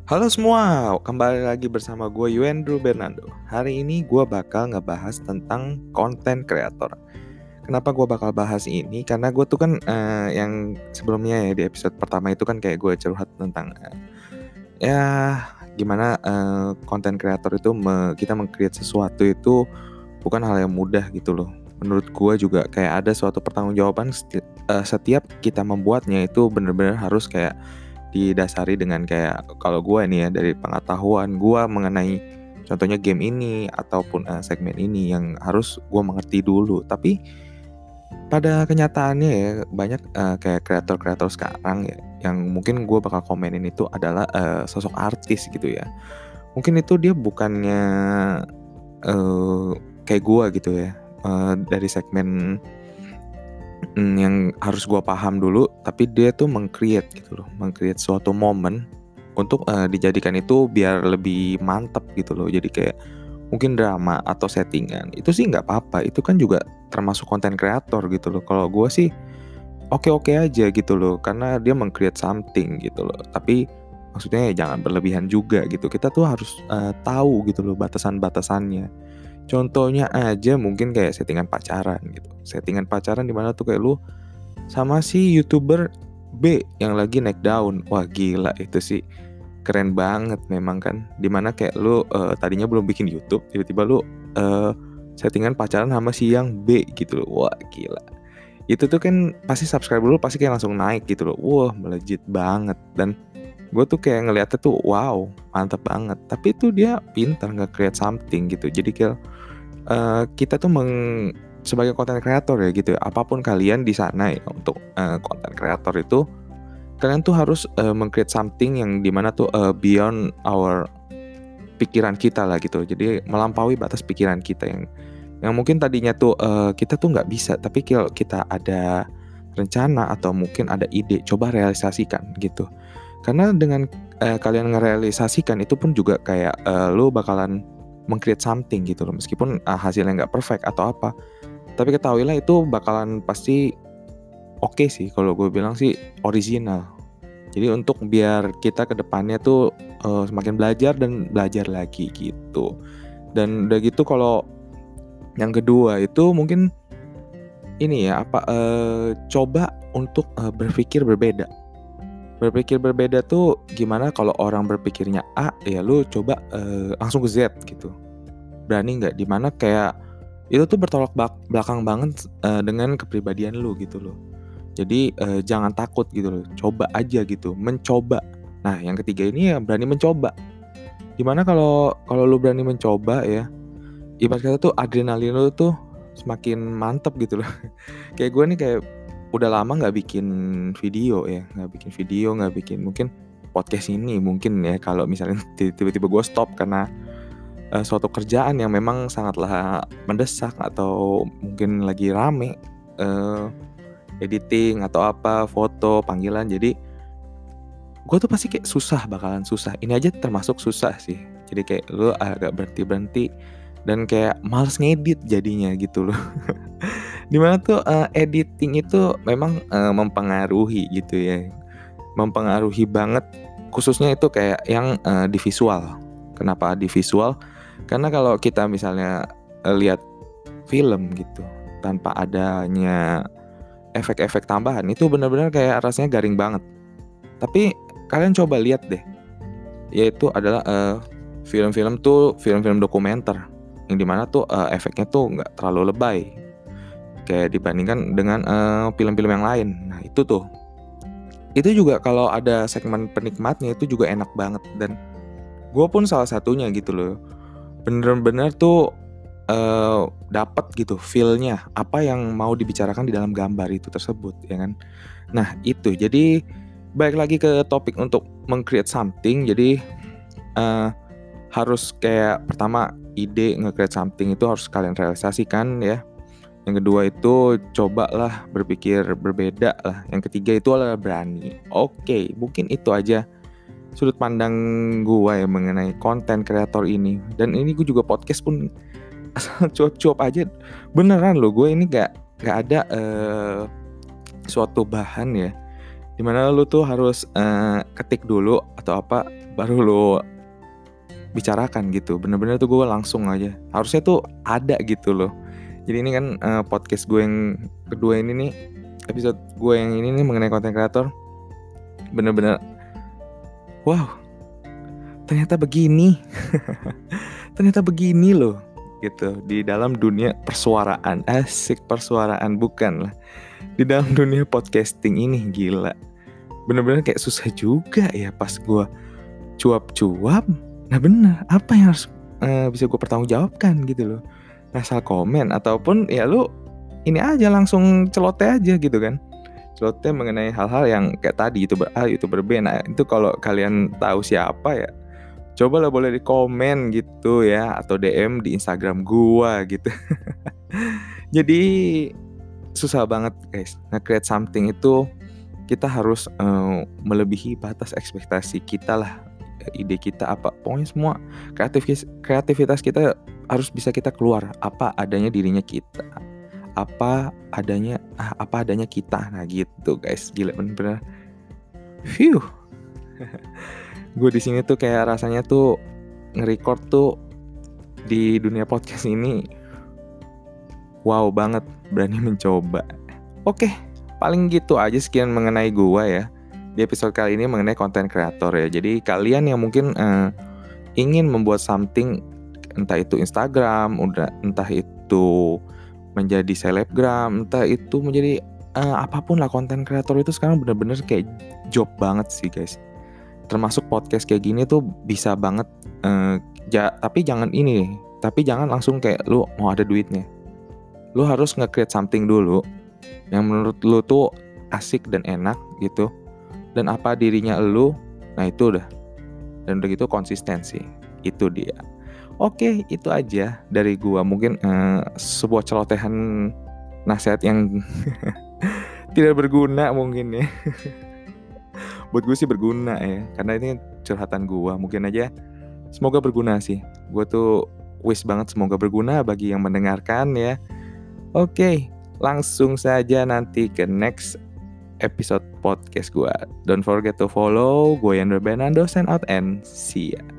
Halo semua, kembali lagi bersama gue Yuendru Bernardo. Hari ini gue bakal ngebahas tentang konten kreator. Kenapa gue bakal bahas ini? Karena gue tuh kan yang sebelumnya ya di episode pertama itu kan kayak gue curhat tentang ya gimana konten kreator itu kita meng-create sesuatu itu bukan hal yang mudah gitu loh. Menurut gue juga kayak ada suatu pertanggungjawaban setiap kita membuatnya itu benar-benar harus kayak didasari dengan kayak kalau gue nih ya dari pengetahuan gue mengenai contohnya game ini ataupun segmen ini yang harus gue mengerti dulu. Tapi pada kenyataannya ya banyak kayak kreator-kreator sekarang ya yang mungkin gue bakal komenin itu adalah sosok artis gitu ya. Mungkin itu dia bukannya kayak gue gitu ya, dari segmen yang harus gue paham dulu, tapi dia tuh meng-create gitu loh, meng-create suatu momen untuk dijadikan itu biar lebih mantap gitu loh. Jadi kayak mungkin drama atau settingan, itu sih nggak apa-apa, itu kan juga termasuk konten kreator gitu loh. Kalau gue sih oke-oke aja gitu loh, karena dia meng-create something gitu loh. Tapi maksudnya ya jangan berlebihan juga gitu, kita tuh harus tahu gitu loh batasan-batasannya. Contohnya aja mungkin kayak settingan pacaran gitu. Settingan pacaran di mana tuh kayak lu sama si YouTuber B yang lagi naik daun. Wah gila itu sih keren banget memang kan. Dimana kayak lu tadinya belum bikin YouTube, tiba-tiba lu settingan pacaran sama si yang B gitu loh. Wah gila. Itu tuh kan pasti subscriber lu pasti kayak langsung naik gitu loh. Wah melejit banget. Dan gue tuh kayak ngeliatnya tuh wow mantep banget. Tapi tuh dia pintar nge-create something gitu. Jadi kayak kita tuh sebagai konten kreator ya gitu ya, apapun kalian di sana ya untuk konten kreator itu kalian tuh harus meng-create something yang dimana tuh beyond our pikiran kita lah gitu. Jadi melampaui batas pikiran kita yang mungkin tadinya tuh kita tuh nggak bisa, tapi kalau kita ada rencana atau mungkin ada ide, coba realisasikan gitu. Karena dengan kalian ngerealisasikan itu pun juga kayak lu bakalan meng-create something gitu loh, meskipun hasilnya nggak perfect atau apa, tapi ketahuilah itu bakalan pasti oke sih kalau gue bilang sih original. Jadi untuk biar kita ke depannya tuh semakin belajar dan belajar lagi gitu. Dan udah gitu kalau yang kedua itu mungkin ini ya coba untuk berpikir berbeda. Berpikir berbeda tuh gimana kalau orang berpikirnya A ya lu coba langsung ke Z gitu. Berani nggak? Dimana kayak itu tuh bertolak belakang banget dengan kepribadian lu gitu loh. Jadi jangan takut gitu loh, coba aja gitu, mencoba. Nah yang ketiga ini ya berani mencoba. Dimana kalau lu berani mencoba ya, ibarat kata tuh adrenalin lu tuh semakin mantep gitu loh. Kayak gue nih kayak udah lama nggak bikin video ya, nggak bikin mungkin podcast ini mungkin ya kalau misalnya tiba-tiba gue stop karena suatu kerjaan yang memang sangatlah mendesak atau mungkin lagi rame, editing atau apa, foto, panggilan. Jadi gue tuh pasti kayak bakalan susah. Ini aja termasuk susah sih. Jadi kayak lu agak berhenti-berhenti dan kayak males ngedit jadinya gitu loh. Dimana tuh editing itu memang mempengaruhi gitu ya. Mempengaruhi banget khususnya itu kayak yang di visual. Kenapa di visual? Karena kalau kita misalnya lihat film gitu tanpa adanya efek-efek tambahan itu benar-benar kayak rasanya garing banget. Tapi kalian coba lihat deh, yaitu adalah film-film dokumenter yang dimana tuh efeknya tuh nggak terlalu lebay kayak dibandingkan dengan film-film yang lain. Nah itu juga kalau ada segmen penikmatnya itu juga enak banget dan gue pun salah satunya gitu loh. Bener-bener tuh dapat gitu feel-nya apa yang mau dibicarakan di dalam gambar itu tersebut ya kan. Nah itu jadi balik lagi ke topik untuk meng-create something. Jadi harus kayak pertama ide nge-create something itu harus kalian realisasikan ya. Yang kedua itu cobalah berpikir berbeda lah. Yang ketiga itu adalah berani. Oke, mungkin itu aja sudut pandang gue ya mengenai konten kreator ini. Dan ini gue juga podcast pun asal cuap-cuap aja. Beneran loh, gue ini gak ada suatu bahan ya dimana lu tuh harus ketik dulu atau apa baru lu bicarakan gitu. Bener-bener tuh gue langsung aja. Harusnya tuh ada gitu loh. Jadi ini kan podcast gue yang kedua ini nih, episode gue yang ini nih mengenai konten kreator. Bener-bener wow, ternyata begini. Ternyata begini loh gitu di dalam dunia persuaraan. Asik, persuaraan bukan lah. Di dalam dunia podcasting ini gila. Bener-bener kayak susah juga ya pas gue cuap-cuap. Nah bener, apa yang harus bisa gue pertanggungjawabkan gitu loh. Asal komen ataupun ya lu ini aja langsung celoteh aja gitu kan. Celoteh mengenai hal-hal yang kayak tadi YouTuber A, YouTuber B. Nah itu kalau kalian tahu siapa ya, coba lah boleh di komen gitu ya, atau DM di Instagram gua gitu. Jadi susah banget guys, nge-create something itu kita harus melebihi batas ekspektasi kita lah. Ide kita apa, pokoknya semua kreativitas kita harus bisa kita keluar apa adanya dirinya kita, apa adanya kita. Nah gitu guys, gila bener-bener. Phew. Gue di sini tuh kayak rasanya tuh nge-record tuh di dunia podcast ini wow banget, berani mencoba. Oke, paling gitu aja sekian mengenai gue ya di episode kali ini mengenai konten kreator ya. Jadi kalian yang mungkin ingin membuat something, entah itu Instagram, entah itu menjadi selebgram, entah itu menjadi apapun lah, konten kreator itu sekarang bener-bener kayak job banget sih guys. Termasuk podcast kayak gini tuh bisa banget tapi jangan langsung kayak lu mau ada duitnya. Lu harus nge-create something dulu yang menurut lu tuh asik dan enak gitu, dan apa dirinya lu. Nah itu udah, dan udah gitu konsistensi. Itu dia. Oke, itu aja dari gua. Mungkin sebuah celotehan nasihat yang tidak berguna mungkin ya. Buat gue sih berguna ya, karena ini curhatan gue. Mungkin aja semoga berguna sih. Gue tuh wish banget semoga berguna bagi yang mendengarkan ya. Oke, langsung saja nanti ke next episode podcast gue. Don't forget to follow. Gue Yandra Bernando, sign out and see ya.